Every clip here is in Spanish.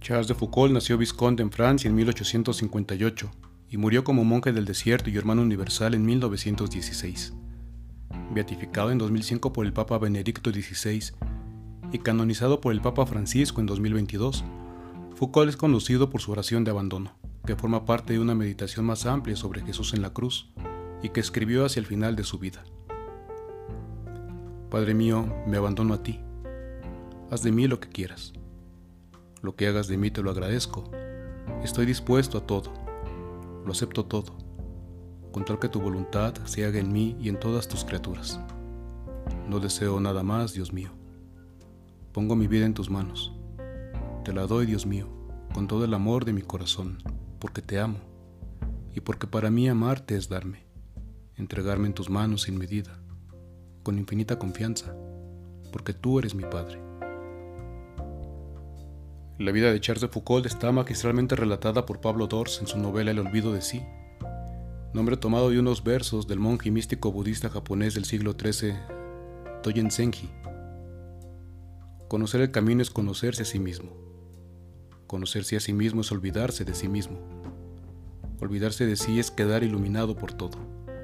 Charles de Foucault nació vizconde en Francia en 1858 y murió como monje del desierto y hermano universal en 1916. Beatificado en 2005 por el Papa Benedicto XVI y canonizado por el Papa Francisco en 2022, Foucault es conocido por su oración de abandono, que forma parte de una meditación más amplia sobre Jesús en la cruz y que escribió hacia el final de su vida. Padre mío, me abandono a ti. Haz de mí lo que quieras. Lo que hagas de mí te lo agradezco. Estoy dispuesto a todo. Lo acepto todo. Con tal que tu voluntad se haga en mí y en todas tus criaturas. No deseo nada más, Dios mío. Pongo mi vida en tus manos. Te la doy, Dios mío, con todo el amor de mi corazón, porque te amo, y porque para mí amarte es darme, entregarme en tus manos sin medida, con infinita confianza, porque tú eres mi Padre. La vida de Charles de Foucault está magistralmente relatada por Pablo Dors en su novela El olvido de sí, nombre tomado de unos versos del monje y místico budista japonés del siglo XIII, Dogen Zenji. Conocer el camino es conocerse a sí mismo. Conocerse a sí mismo es olvidarse de sí mismo. Olvidarse de sí es quedar iluminado por todo.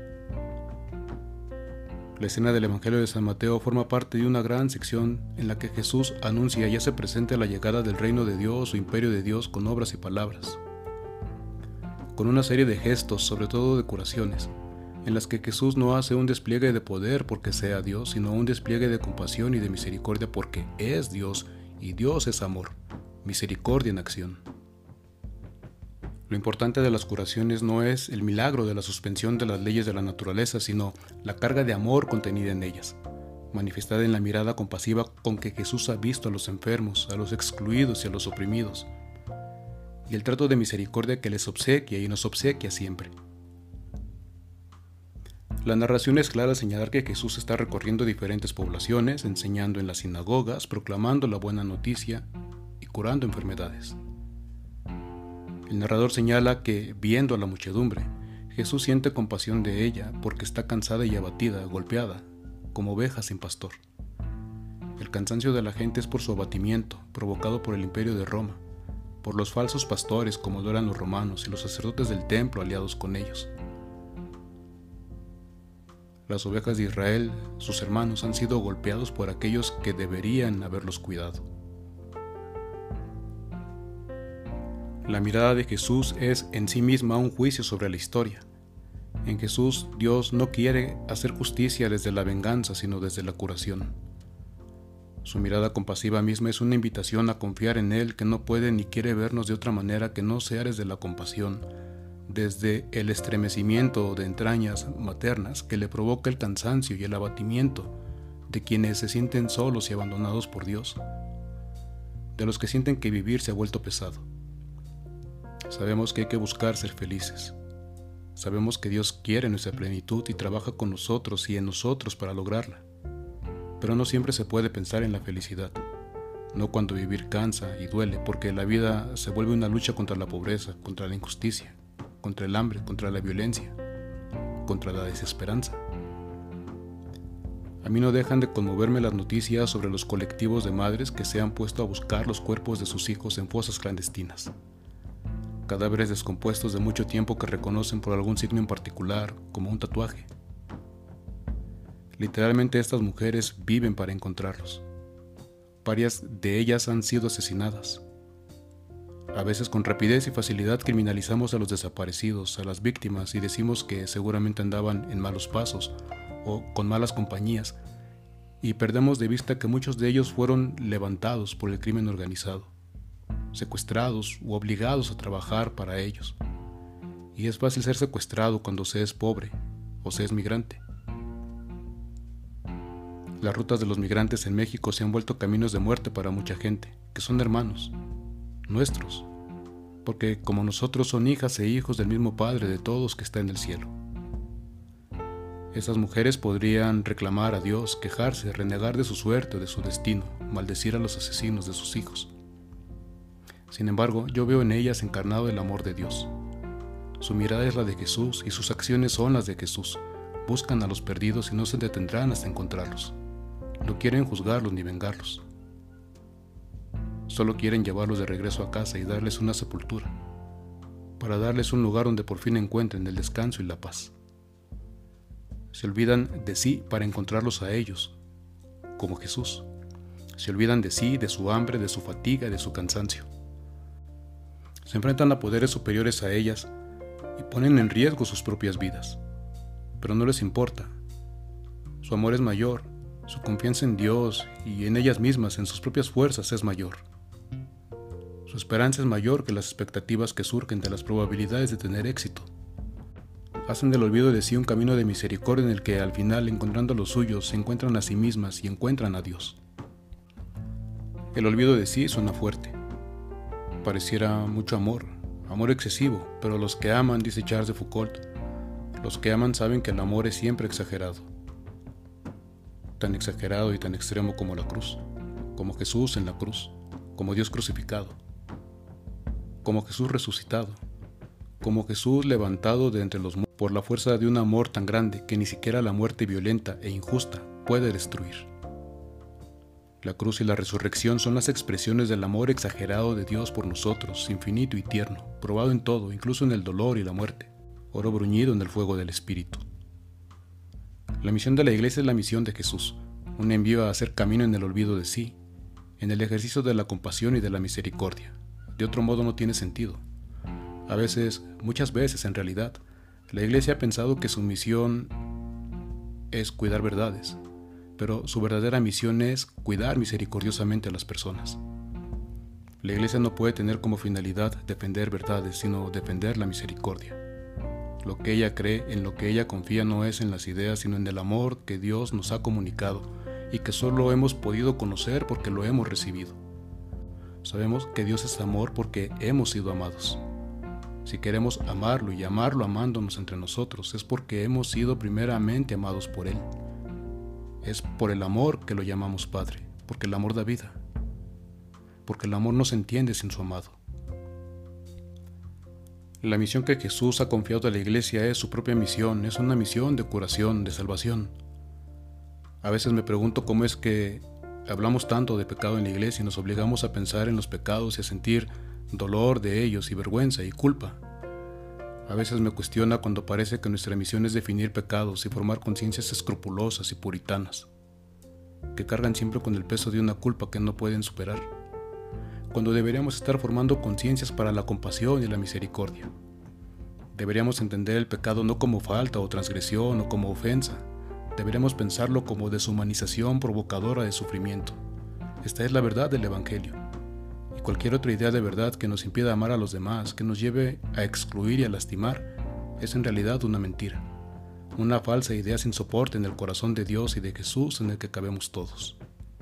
La escena del Evangelio de San Mateo forma parte de una gran sección en la que Jesús anuncia y hace presente la llegada del reino de Dios o imperio de Dios con obras y palabras, con una serie de gestos, sobre todo de curaciones, en las que Jesús no hace un despliegue de poder porque sea Dios, sino un despliegue de compasión y de misericordia porque es Dios y Dios es amor, misericordia en acción. Lo importante de las curaciones no es el milagro de la suspensión de las leyes de la naturaleza, sino la carga de amor contenida en ellas, manifestada en la mirada compasiva con que Jesús ha visto a los enfermos, a los excluidos y a los oprimidos, y el trato de misericordia que les obsequia y nos obsequia siempre. La narración es clara al señalar que Jesús está recorriendo diferentes poblaciones, enseñando en las sinagogas, proclamando la buena noticia y curando enfermedades. El narrador señala que, viendo a la muchedumbre, Jesús siente compasión de ella porque está cansada y abatida, golpeada, como oveja sin pastor. El cansancio de la gente es por su abatimiento, provocado por el imperio de Roma, por los falsos pastores como lo eran los romanos y los sacerdotes del templo aliados con ellos. Las ovejas de Israel, sus hermanos, han sido golpeados por aquellos que deberían haberlos cuidado. La mirada de Jesús es en sí misma un juicio sobre la historia. En Jesús, Dios no quiere hacer justicia desde la venganza, sino desde la curación. Su mirada compasiva misma es una invitación a confiar en Él, que no puede ni quiere vernos de otra manera que no sea desde la compasión, desde el estremecimiento de entrañas maternas que le provoca el cansancio y el abatimiento de quienes se sienten solos y abandonados por Dios, de los que sienten que vivir se ha vuelto pesado. Sabemos que hay que buscar ser felices. Sabemos que Dios quiere nuestra plenitud y trabaja con nosotros y en nosotros para lograrla. Pero no siempre se puede pensar en la felicidad, no cuando vivir cansa y duele, porque la vida se vuelve una lucha contra la pobreza, contra la injusticia, contra el hambre, contra la violencia, contra la desesperanza. A mí no dejan de conmoverme las noticias sobre los colectivos de madres que se han puesto a buscar los cuerpos de sus hijos en fosas clandestinas. Cadáveres descompuestos de mucho tiempo que reconocen por algún signo en particular, como un tatuaje. Literalmente estas mujeres viven para encontrarlos. Varias de ellas han sido asesinadas. A veces con rapidez y facilidad criminalizamos a los desaparecidos, a las víctimas, y decimos que seguramente andaban en malos pasos o con malas compañías, y perdemos de vista que muchos de ellos fueron levantados por el crimen organizado, secuestrados u obligados a trabajar para ellos. Y es fácil ser secuestrado cuando se es pobre o se es migrante. Las rutas de los migrantes en México se han vuelto caminos de muerte para mucha gente, que son hermanos, nuestros, porque como nosotros son hijas e hijos del mismo Padre de todos que está en el cielo. Esas mujeres podrían reclamar a Dios, quejarse, renegar de su suerte o de su destino, maldecir a los asesinos de sus hijos. Sin embargo, yo veo en ellas encarnado el amor de Dios. Su mirada es la de Jesús y sus acciones son las de Jesús. Buscan a los perdidos y no se detendrán hasta encontrarlos. No quieren juzgarlos ni vengarlos. solo quieren llevarlos de regreso a casa y darles una sepultura, para darles un lugar donde por fin encuentren el descanso y la paz. Se olvidan de sí para encontrarlos a ellos, como Jesús. Se olvidan de sí, de su hambre, de su fatiga y de su cansancio. Se enfrentan a poderes superiores a ellas y ponen en riesgo sus propias vidas. Pero no les importa. Su amor es mayor, su confianza en Dios y en ellas mismas, en sus propias fuerzas, es mayor. Su esperanza es mayor que las expectativas que surgen de las probabilidades de tener éxito. Hacen del olvido de sí un camino de misericordia en el que al final, encontrando a los suyos, se encuentran a sí mismas y encuentran a Dios. El olvido de sí suena fuerte. Pareciera mucho amor excesivo, pero los que aman, dice Charles de Foucault, los que aman saben que el amor es siempre exagerado. Tan exagerado y tan extremo como la cruz, como Jesús en la cruz, como Dios crucificado, como Jesús resucitado, como Jesús levantado de entre los muertos por la fuerza de un amor tan grande que ni siquiera la muerte violenta e injusta puede destruir. La cruz y la resurrección son las expresiones del amor exagerado de Dios por nosotros, infinito y tierno, probado en todo, incluso en el dolor y la muerte, oro bruñido en el fuego del Espíritu. La misión de la Iglesia es la misión de Jesús, un envío a hacer camino en el olvido de sí, en el ejercicio de la compasión y de la misericordia. De otro modo no tiene sentido. A veces, muchas veces en realidad, la Iglesia ha pensado que su misión es cuidar verdades, pero su verdadera misión es cuidar misericordiosamente a las personas. La Iglesia no puede tener como finalidad defender verdades, sino defender la misericordia. Lo que ella cree, en lo que ella confía, no es en las ideas, sino en el amor que Dios nos ha comunicado y que solo hemos podido conocer porque lo hemos recibido. Sabemos que Dios es amor porque hemos sido amados. Si queremos amarlo y amarlo amándonos entre nosotros, es porque hemos sido primeramente amados por Él. Es por el amor que lo llamamos Padre, porque el amor da vida, porque el amor no se entiende sin su amado. La misión que Jesús ha confiado a la Iglesia es su propia misión, es una misión de curación, de salvación. A veces me pregunto cómo es que hablamos tanto de pecado en la Iglesia y nos obligamos a pensar en los pecados y a sentir dolor de ellos y vergüenza y culpa. A veces me cuestiona cuando parece que nuestra misión es definir pecados y formar conciencias escrupulosas y puritanas, que cargan siempre con el peso de una culpa que no pueden superar, cuando deberíamos estar formando conciencias para la compasión y la misericordia. Deberíamos entender el pecado no como falta o transgresión o como ofensa, deberíamos pensarlo como deshumanización provocadora de sufrimiento. Esta es la verdad del Evangelio. Y cualquier otra idea de verdad que nos impida amar a los demás, que nos lleve a excluir y a lastimar, es en realidad una mentira, una falsa idea sin soporte en el corazón de Dios y de Jesús en el que cabemos todos.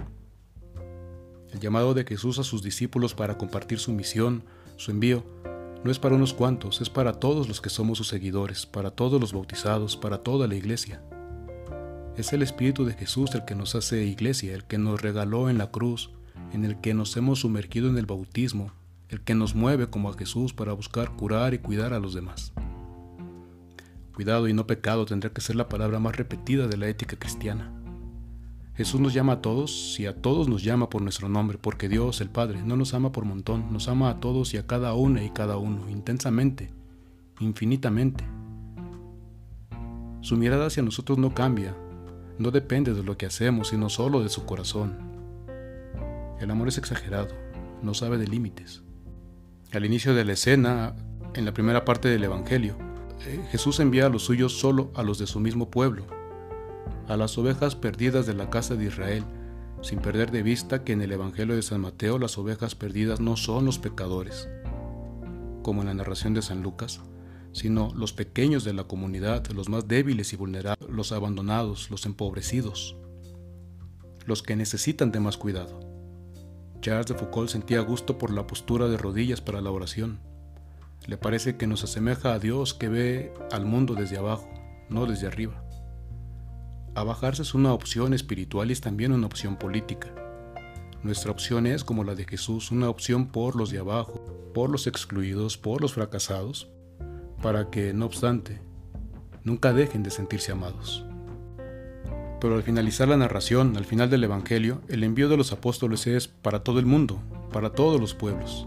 El llamado de Jesús a sus discípulos para compartir su misión, su envío, no es para unos cuantos, es para todos los que somos sus seguidores, para todos los bautizados, para toda la Iglesia. Es el Espíritu de Jesús el que nos hace Iglesia, el que nos regaló en la cruz, en el que nos hemos sumergido en el bautismo, el que nos mueve como a Jesús para buscar curar y cuidar a los demás. Cuidado y no pecado tendrá que ser la palabra más repetida de la ética cristiana. Jesús nos llama a todos y a todos nos llama por nuestro nombre, porque Dios, el Padre, no nos ama por montón, nos ama a todos y a cada una y cada uno, intensamente, infinitamente. Su mirada hacia nosotros no cambia, no depende de lo que hacemos, sino solo de su corazón. El amor es exagerado, no sabe de límites. Al inicio de la escena, en la primera parte del Evangelio, Jesús envía a los suyos solo a los de su mismo pueblo, a las ovejas perdidas de la casa de Israel, sin perder de vista que en el Evangelio de San Mateo las ovejas perdidas no son los pecadores, como en la narración de San Lucas, sino los pequeños de la comunidad, los más débiles y vulnerables, los abandonados, los empobrecidos, los que necesitan de más cuidado. Charles de Foucault sentía gusto por la postura de rodillas para la oración. Le parece que nos asemeja a Dios que ve al mundo desde abajo, no desde arriba. Abajarse es una opción espiritual y es también una opción política. Nuestra opción es, como la de Jesús, una opción por los de abajo, por los excluidos, por los fracasados, para que, no obstante, nunca dejen de sentirse amados. Pero al finalizar la narración, al final del Evangelio, el envío de los apóstoles es para todo el mundo, para todos los pueblos.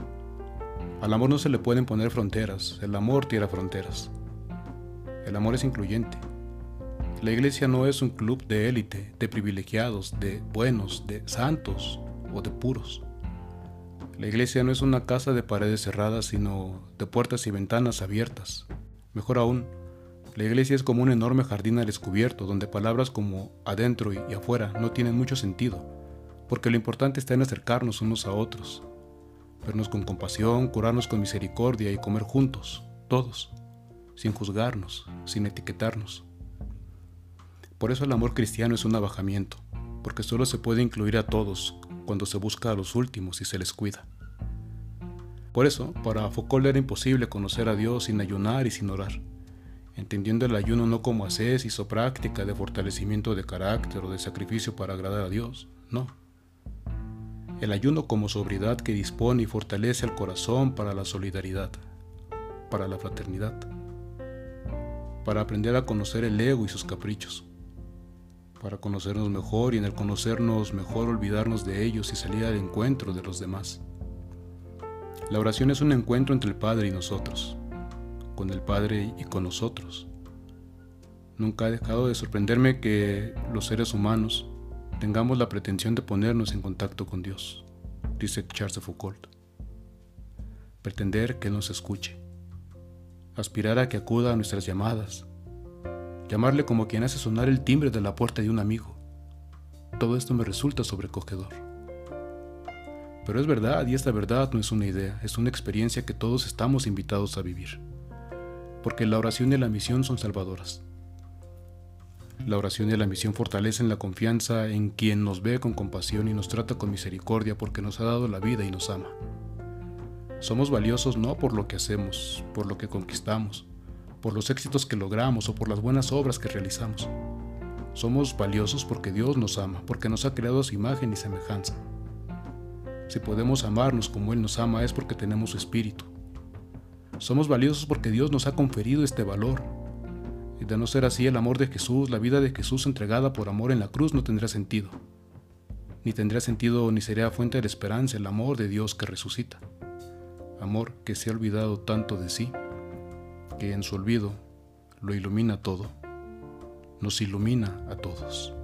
Al amor no se le pueden poner fronteras, el amor tira fronteras. El amor es incluyente. La iglesia no es un club de élite, de privilegiados, de buenos, de santos o de puros. La iglesia no es una casa de paredes cerradas, sino de puertas y ventanas abiertas. Mejor aún, la iglesia es como un enorme jardín al descubierto, donde palabras como adentro y afuera no tienen mucho sentido, porque lo importante está en acercarnos unos a otros, vernos con compasión, curarnos con misericordia y comer juntos, todos, sin juzgarnos, sin etiquetarnos. Por eso el amor cristiano es un abajamiento, porque solo se puede incluir a todos cuando se busca a los últimos y se les cuida. Por eso, para Foucault era imposible conocer a Dios sin ayunar y sin orar, entendiendo el ayuno no como ascesis o práctica de fortalecimiento de carácter o de sacrificio para agradar a Dios, no. El ayuno como sobriedad que dispone y fortalece al corazón para la solidaridad, para la fraternidad, para aprender a conocer el ego y sus caprichos, para conocernos mejor y en el conocernos mejor olvidarnos de ellos y salir al encuentro de los demás. La oración es un encuentro entre el Padre y nosotros, con el Padre y con nosotros. Nunca ha dejado de sorprenderme que los seres humanos tengamos la pretensión de ponernos en contacto con Dios, dice Charles de Foucault. Pretender que nos escuche, aspirar a que acuda a nuestras llamadas, llamarle como quien hace sonar el timbre de la puerta de un amigo. Todo esto me resulta sobrecogedor. Pero es verdad, y esta verdad no es una idea, es una experiencia que todos estamos invitados a vivir, porque la oración y la misión son salvadoras. La oración y la misión fortalecen la confianza en quien nos ve con compasión y nos trata con misericordia porque nos ha dado la vida y nos ama. Somos valiosos no por lo que hacemos, por lo que conquistamos, por los éxitos que logramos o por las buenas obras que realizamos. Somos valiosos porque Dios nos ama, porque nos ha creado a su imagen y semejanza. Si podemos amarnos como Él nos ama es porque tenemos su espíritu. Somos valiosos porque Dios nos ha conferido este valor. Y de no ser así, el amor de Jesús, la vida de Jesús entregada por amor en la cruz no tendría sentido. Ni tendría sentido ni sería fuente de esperanza el amor de Dios que resucita. Amor que se ha olvidado tanto de sí, que en su olvido lo ilumina todo, nos ilumina a todos.